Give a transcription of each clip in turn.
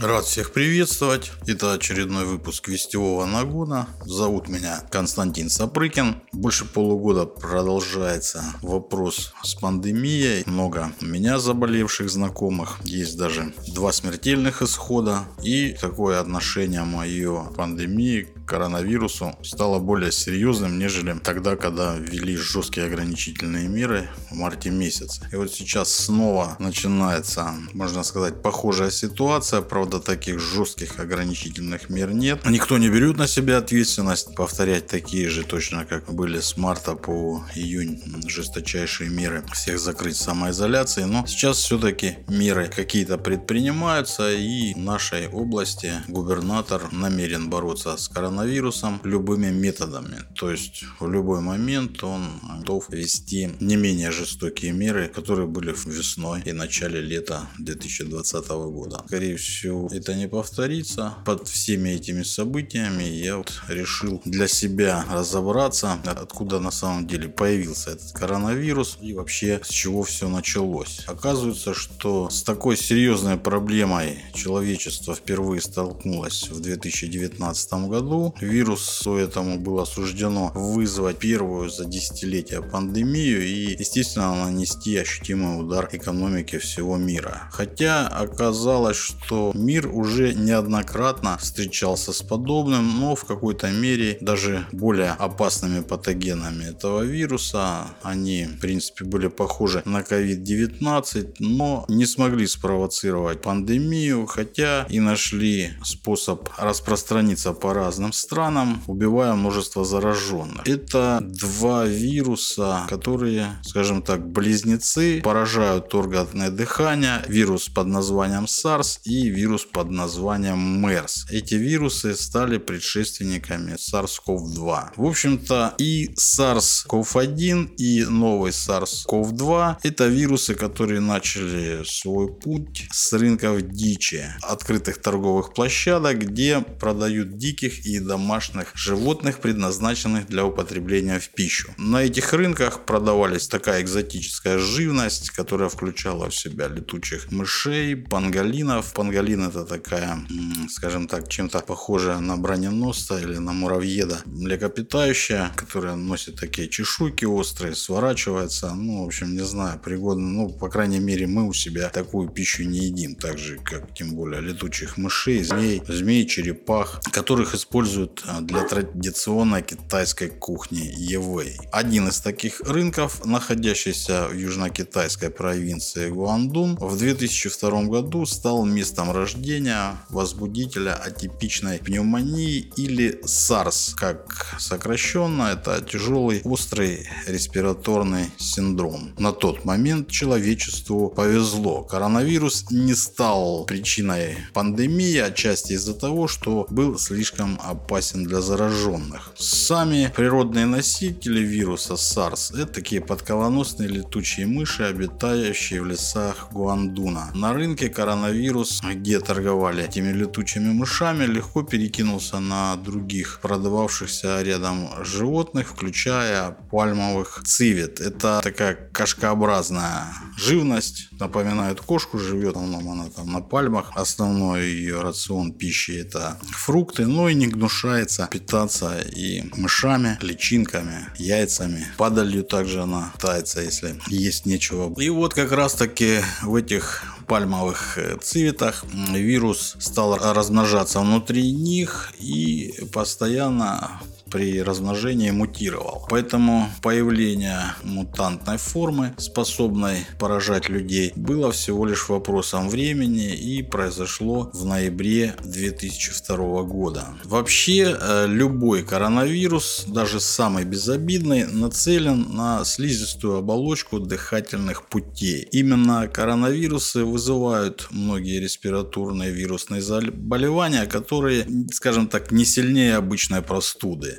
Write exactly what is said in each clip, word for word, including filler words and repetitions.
Рад всех приветствовать. Это очередной выпуск Вестевого Нагона. Зовут меня Константин Сапрыкин. Больше полугода продолжается вопрос с пандемией. Много у меня заболевших знакомых. Есть даже два смертельных исхода. И такое отношение мое к пандемии, к коронавирусу стало более серьезным, нежели тогда, когда ввели жесткие ограничительные меры в марте месяце. И вот сейчас снова начинается, можно сказать, похожая ситуация. Правда, таких жестких ограничительных мер нет. Никто не берет на себя ответственность повторять такие же, точно как были с марта по июнь жесточайшие меры, всех закрыть в самоизоляции. Но сейчас все-таки меры какие-то предпринимаются, и в нашей области губернатор намерен бороться с коронавирусом любыми методами. То есть в любой момент он готов ввести не менее жестокие меры, которые были весной и начале лета две тысячи двадцатого года. Скорее всего, это не повторится. Под всеми этими событиями я вот решил для себя разобраться, откуда на самом деле появился этот коронавирус и вообще с чего все началось. Оказывается, что с такой серьезной проблемой человечество впервые столкнулось в две тысячи девятнадцатом году. Вирусу этому было суждено вызвать первую за десятилетия пандемию и, естественно, нанести ощутимый удар экономике всего мира. Хотя оказалось, что мир уже неоднократно встречался с подобным, но в какой-то мере даже более опасными патогенами этого вируса. Они, в принципе, были похожи на ковид девятнадцать, но не смогли спровоцировать пандемию, хотя и нашли способ распространиться по разным странам, убивая множество зараженных. Это два вируса, которые, скажем так, близнецы, поражают органы дыхания. Вирус под названием SARS и вирус под названием мерс. Эти вирусы стали предшественниками SARS ков два. В общем-то, и SARS ков один, и новый SARS ков два – это вирусы, которые начали свой путь с рынков дичи, открытых торговых площадок, где продают диких и домашних животных, предназначенных для употребления в пищу. На этих рынках продавались такая экзотическая живность, которая включала в себя летучих мышей, панголинов. Панголин — это такая, скажем так, чем-то похожая на броненосца или на муравьеда млекопитающая, которая носит такие чешуйки острые, сворачивается. Ну, в общем, не знаю, пригодно. Ну, по крайней мере, мы у себя такую пищу не едим, так же, как тем более летучих мышей, змей, змей, черепах, которых используют для традиционной китайской кухни Евэй. Один из таких рынков, находящийся в южно-китайской провинции Гуандун, в две тысячи втором году стал местом рождения возбудителя атипичной пневмонии или SARS, как сокращенно, это тяжелый острый респираторный синдром. На тот момент человечеству повезло. Коронавирус не стал причиной пандемии, отчасти из-за того, что был слишком опасен для зараженных. Сами природные носители вируса SARS — это такие подколоносные летучие мыши, обитающие в лесах Гуандуна. На рынке коронавирус, где торговали этими летучими мышами, легко перекинулся на других продававшихся рядом животных, включая пальмовых цивет. Это такая кашкообразная живность, напоминает кошку, живет она там на пальмах. Основной ее рацион пищи — это фрукты, но и не гнушается питаться и мышами, личинками, яйцами. Падалью также она питается, если есть нечего. И вот как раз таки в этих пальмовых цветах вирус стал размножаться внутри них и постоянно при размножении мутировал. Поэтому появление мутантной формы, способной поражать людей, было всего лишь вопросом времени и произошло в ноябре две тысячи второго года. Вообще, любой коронавирус, даже самый безобидный, нацелен на слизистую оболочку дыхательных путей. Именно коронавирусы вызывают многие респираторные вирусные заболевания, которые, скажем так, не сильнее обычной простуды.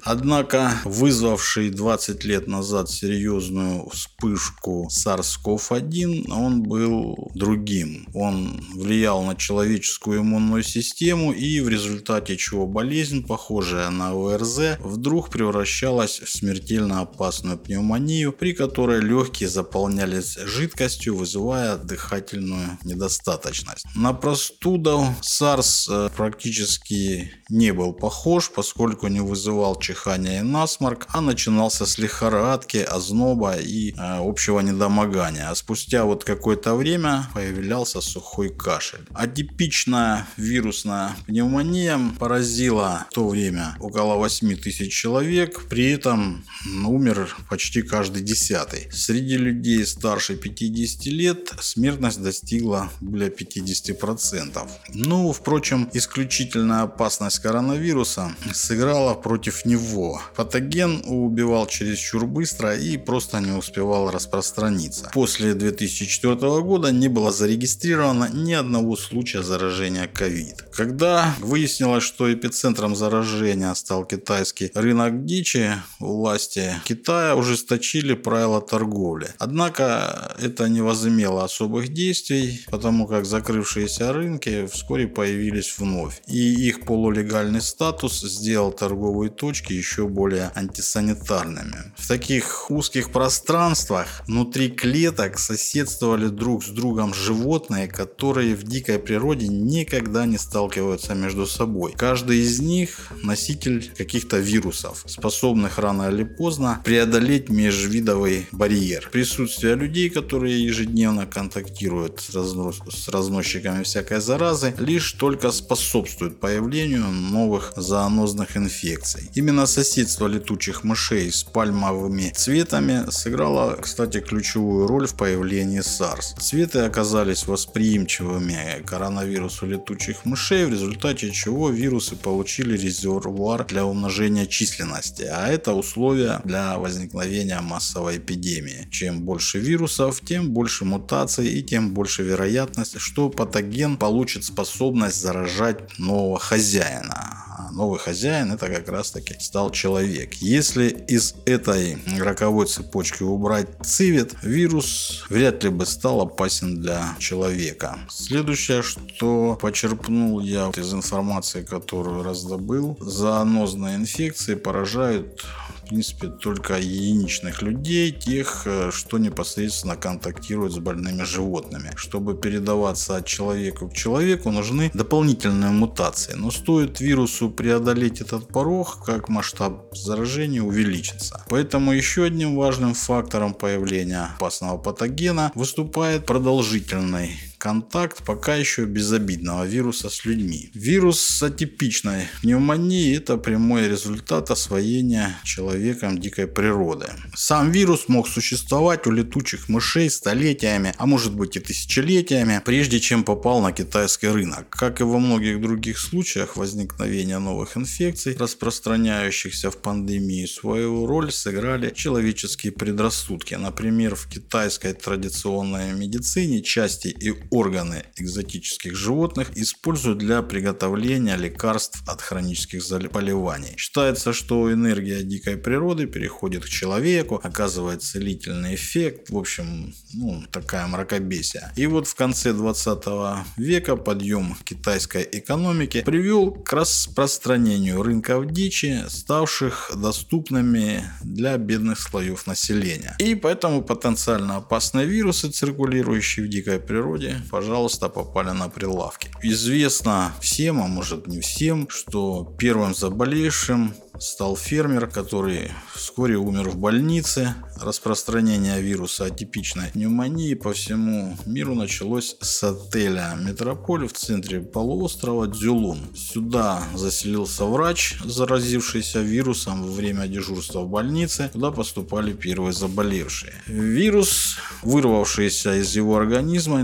Однако вызвавший двадцать лет назад серьезную вспышку SARS ков один, он был другим. Он влиял на человеческую иммунную систему, и в результате чего болезнь, похожая на ОРЗ, вдруг превращалась в смертельно опасную пневмонию, при которой легкие заполнялись жидкостью, вызывая дыхательную недостаточность. На простуду SARS практически не был похож, поскольку не вызывал чихания и насморк, а начинался с лихорадки, озноба и э, общего недомогания. А спустя вот какое-то время появлялся сухой кашель. Атипичная вирусная пневмония поразила в то время около восемь тысяч человек, при этом умер почти каждый десятый. Среди людей старше пятидесяти лет смертность достигла более пятидесяти процентов. Ну, впрочем, исключительная опасность коронавируса сыграла против него. Патоген убивал чересчур быстро и просто не успевал распространиться. После две тысячи четвёртого года не было зарегистрировано ни одного случая заражения ковид. Когда выяснилось, что эпицентром заражения стал китайский рынок дичи, власти Китая ужесточили правила торговли. Однако это не возымело особых действий, потому как закрывшиеся рынки вскоре появились вновь. И их полулегальный статус сделал торговые точки еще более антисанитарными. В таких узких пространствах внутри клеток соседствовали друг с другом животные, которые в дикой природе никогда не сталкиваются между собой. Каждый из них носитель каких-то вирусов, способных рано или поздно преодолеть межвидовый барьер. Присутствие людей, которые ежедневно контактируют с, разнос... с разносчиками всякой заразы, лишь только способствует появлению новых зоонозных инфекций. Именно соседство летучих мышей с пальмовыми цветами сыграло, кстати, ключевую роль в появлении SARS. Цветы оказались восприимчивыми к коронавирусу летучих мышей, в результате чего вирусы получили резервуар для умножения численности, а это условия для возникновения массовой эпидемии. Чем больше вирусов, тем больше мутаций и тем больше вероятность, что патоген получит способность заражать нового хозяина. А новый хозяин — это как раз таки стал человек. Если из этой роковой цепочки убрать цивет, вирус вряд ли бы стал опасен для человека. Следующее, что почерпнул я из информации, которую раздобыл: зоонозные инфекции поражают в принципе только единичных людей, тех, что непосредственно контактируют с больными животными. Чтобы передаваться от человека к человеку, нужны дополнительные мутации. Но стоит вирусу преодолеть этот порог, как масштаб заражения увеличится. Поэтому еще одним важным фактором появления опасного патогена выступает продолжительный контакт пока еще безобидного вируса с людьми. Вирус с атипичной пневмонией — это прямой результат освоения человеком дикой природы. Сам вирус мог существовать у летучих мышей столетиями, а может быть и тысячелетиями, прежде чем попал на китайский рынок. Как и во многих других случаях возникновения новых инфекций, распространяющихся в пандемии, свою роль сыграли человеческие предрассудки. Например, в китайской традиционной медицине части и органы экзотических животных используют для приготовления лекарств от хронических заболеваний. Считается, что энергия дикой природы переходит к человеку, оказывает целительный эффект. В общем, ну, такая мракобесие. И вот в конце двадцатого века подъем китайской экономики привел к распространению рынков дичи, ставших доступными для бедных слоев населения. И поэтому потенциально опасные вирусы, циркулирующие в дикой природе, пожалуйста, попали на прилавки. Известно всем, а может не всем, что первым заболевшим стал фермер, который вскоре умер в больнице. Распространение вируса атипичной пневмонии по всему миру началось с отеля «Метрополь» в центре полуострова Цзюлун. Сюда заселился врач, заразившийся вирусом во время дежурства в больнице. Туда поступали первые заболевшие. Вирус, вырвавшийся из его организма, инфицировал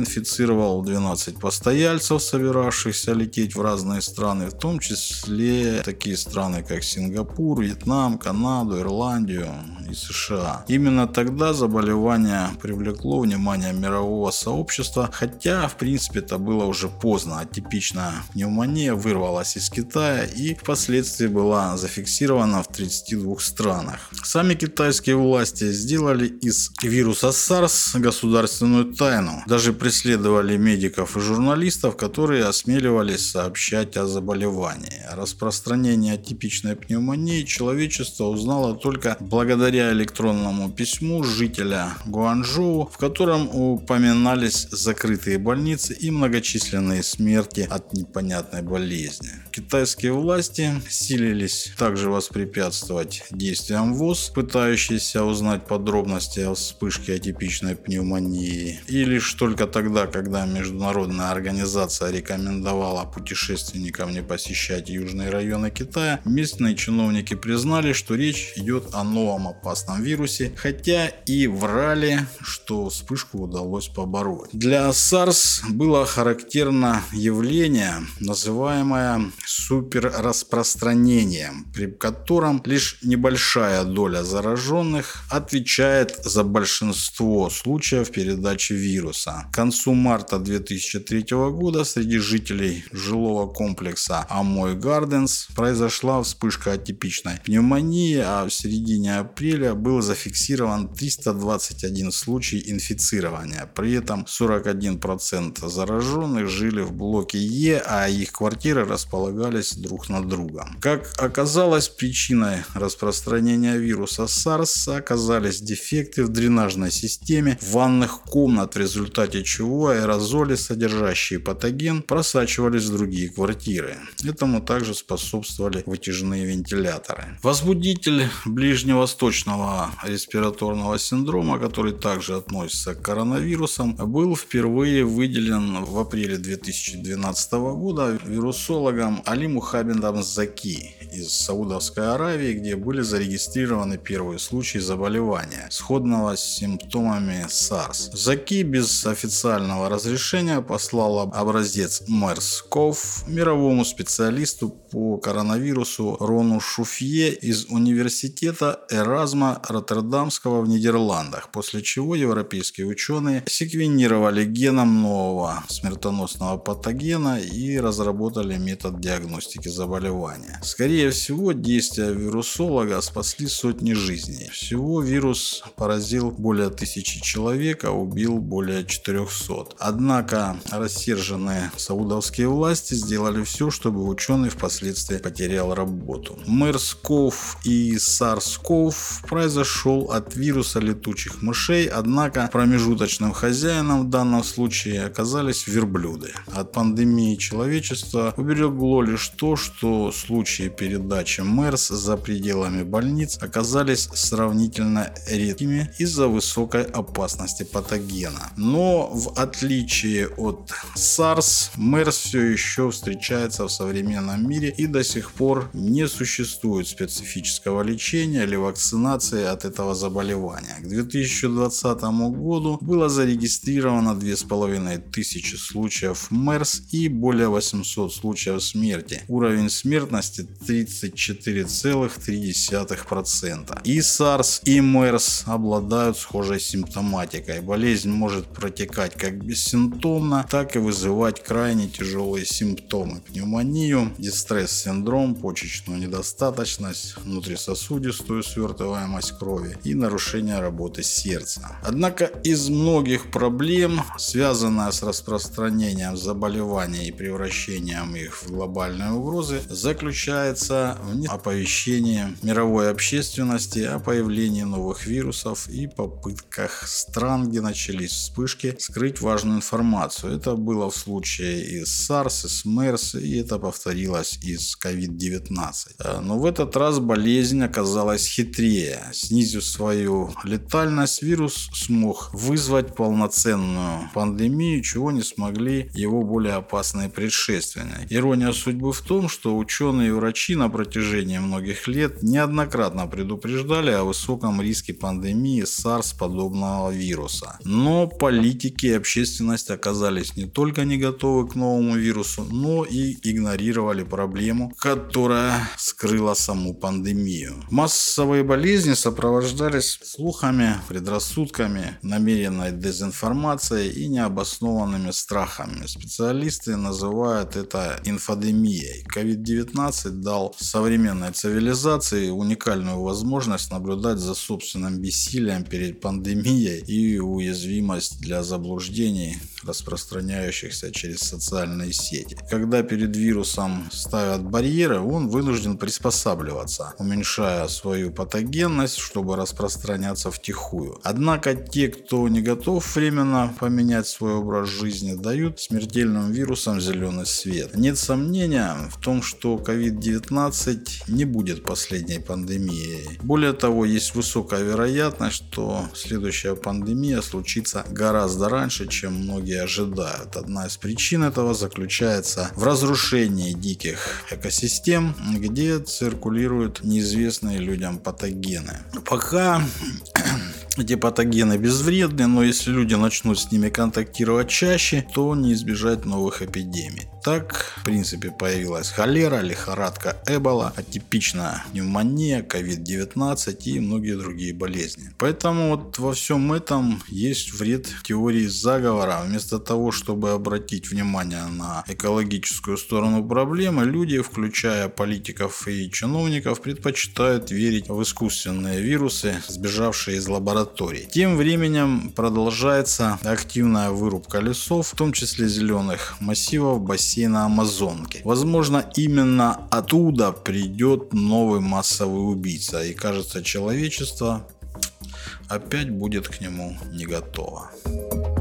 инфицировал двенадцать постояльцев, собиравшихся лететь в разные страны, в том числе такие страны, как Сингапур, Вьетнам, Канаду, Ирландию и США. Именно тогда заболевание привлекло внимание мирового сообщества, хотя, в принципе, это было уже поздно. Атипичная пневмония вырвалась из Китая и впоследствии была зафиксирована в тридцати двух странах. Сами китайские власти сделали из вируса SARS государственную тайну. Даже преследовали медиков и журналистов, которые осмеливались сообщать о заболевании. О распространении атипичной пневмонии человечество узнало только благодаря электронному письму жителя Гуанчжоу, в котором упоминались закрытые больницы и многочисленные смерти от непонятной болезни. Китайские власти силились также воспрепятствовать действиям ВОЗ, пытающиеся узнать подробности о вспышке атипичной пневмонии. И лишь только тогда, когда международная организация рекомендовала путешественникам не посещать южные районы Китая, местные чиновники признали, что речь идет о новом опасном вирусе, хотя и врали, что вспышку удалось побороть. Для SARS было характерно явление, называемое суперраспространением, при котором лишь небольшая доля зараженных отвечает за большинство случаев передачи вируса. К концу марта две тысячи третьего года среди жителей жилого комплекса Амой Гарденс произошла вспышка атипичной пневмонии, а в середине апреля был зафиксирован триста двадцать один случай инфицирования. При этом сорок один процент зараженных жили в блоке Е, а их квартиры располагались друг над другом. Как оказалось, причиной распространения вируса SARS оказались дефекты в дренажной системе ванных комнат, в результате чего аэрозоли, содержащие патоген, просачивались в другие квартиры. Этому также способствовали вытяжные вентиляторы. Возбудитель ближневосточного респираторного синдрома, который также относится к коронавирусам, был впервые выделен в апреле две тысячи двенадцатого года вирусологом Али Мухаммедом Заки из Саудовской Аравии, где были зарегистрированы первые случаи заболевания, сходного с симптомами SARS. Заки без официального разрешения послал образец мерс-ков мировому специалисту по коронавирусу Рону Шуфье из университета Эразма Роттердамского в Нидерландах, после чего европейские ученые секвенировали геном нового смертоносного патогена и разработали метод диагностики заболевания. Скорее всего, действия вирусолога спасли сотни жизней. Всего вирус поразил более тысячи человек, а убил более четырехсот. Однако рассерженные саудовские власти сделали все, чтобы ученый впоследствии потерял работу. мерс-ков и SARS-ков произошел от вируса летучих мышей, однако промежуточным хозяином в данном случае оказались верблюды. От пандемии человечество уберегло лишь то, что случаи передачи мерс за пределами больниц оказались сравнительно редкими из-за высокой опасности патогена. Но в отличие от SARS, мерс все еще встречается в современном мире и до сих пор не существует специфического лечения или вакцинации от этого заболевания. К две тысячи двадцатому году было зарегистрировано две с половиной тысячи случаев мерс и более восьмисот случаев смерти. Уровень смертности тридцать четыре целых три десятых процента. И SARS, и мерс обладают схожей симптоматикой. Болезнь может протекать как бессимптомно, так и вызывать крайне тяжелые симптомы: пневмонию, дистресс-синдром, почечную недостаточность, внутрисосудистую свертываемость крови и нарушение работы сердца. Однако из многих проблем, связанных с распространением заболеваний и превращением их в глобальные угрозы, заключается в оповещении мировой общественности о появлении новых вирусов и попытках стран, где начались вспышки, скрыть важную информацию. Это было в случае и с SARS, и с мерс, и это повторилось из ковид девятнадцать. Но в этот раз болезнь оказалась хитрее. Снизив свою летальность, вирус смог вызвать полноценную пандемию, чего не смогли его более опасные предшественники. Ирония судьбы в том, что ученые и врачи на протяжении многих лет неоднократно предупреждали о высоком риске пандемии SARS-подобного вируса. Но политики и общественность оказались не только не готовы к новому вирусу, но и игнорировали проблему, которая скрыла саму пандемию. Массовые болезни сопровождались слухами, предрассудками, намеренной дезинформацией и необоснованными страхами. Специалисты называют это инфодемией. ковид девятнадцать дал современной цивилизации уникальную возможность наблюдать за собственным бессилием перед пандемией и уязвимость для заблуждений, распространяющихся через социальные сети. Когда перед вирусом ставят барьеры, он вынужден приспосабливаться, уменьшая свою патогенность, чтобы распространяться втихую. Однако те, кто не готов временно поменять свой образ жизни, дают смертельным вирусам зеленый свет. Нет сомнения в том, что ковид девятнадцать не будет последней пандемией. Более того, есть высокая вероятность, что следующая пандемия случится гораздо раньше, чем многие ожидают. Одна из причин этого заключается в разрушении диких экосистем, где циркулируют неизвестные людям патогены. Пока эти патогены безвредны, но если люди начнут с ними контактировать чаще, то не избежать новых эпидемий. Так, в принципе, появилась холера, лихорадка Эбола, атипичная пневмония, ковид девятнадцать и многие другие болезни. Поэтому вот во всем этом есть вред теории заговора. Вместо того, чтобы обратить внимание на экологическую сторону проблемы, люди, включая политиков и чиновников, предпочитают верить в искусственные вирусы, сбежавшие из лабораторий. Тем временем продолжается активная вырубка лесов, в том числе зеленых массивов, бассейнов Амазонки. Возможно, именно оттуда придет новый массовый убийца, и кажется, человечество опять будет к нему не готово.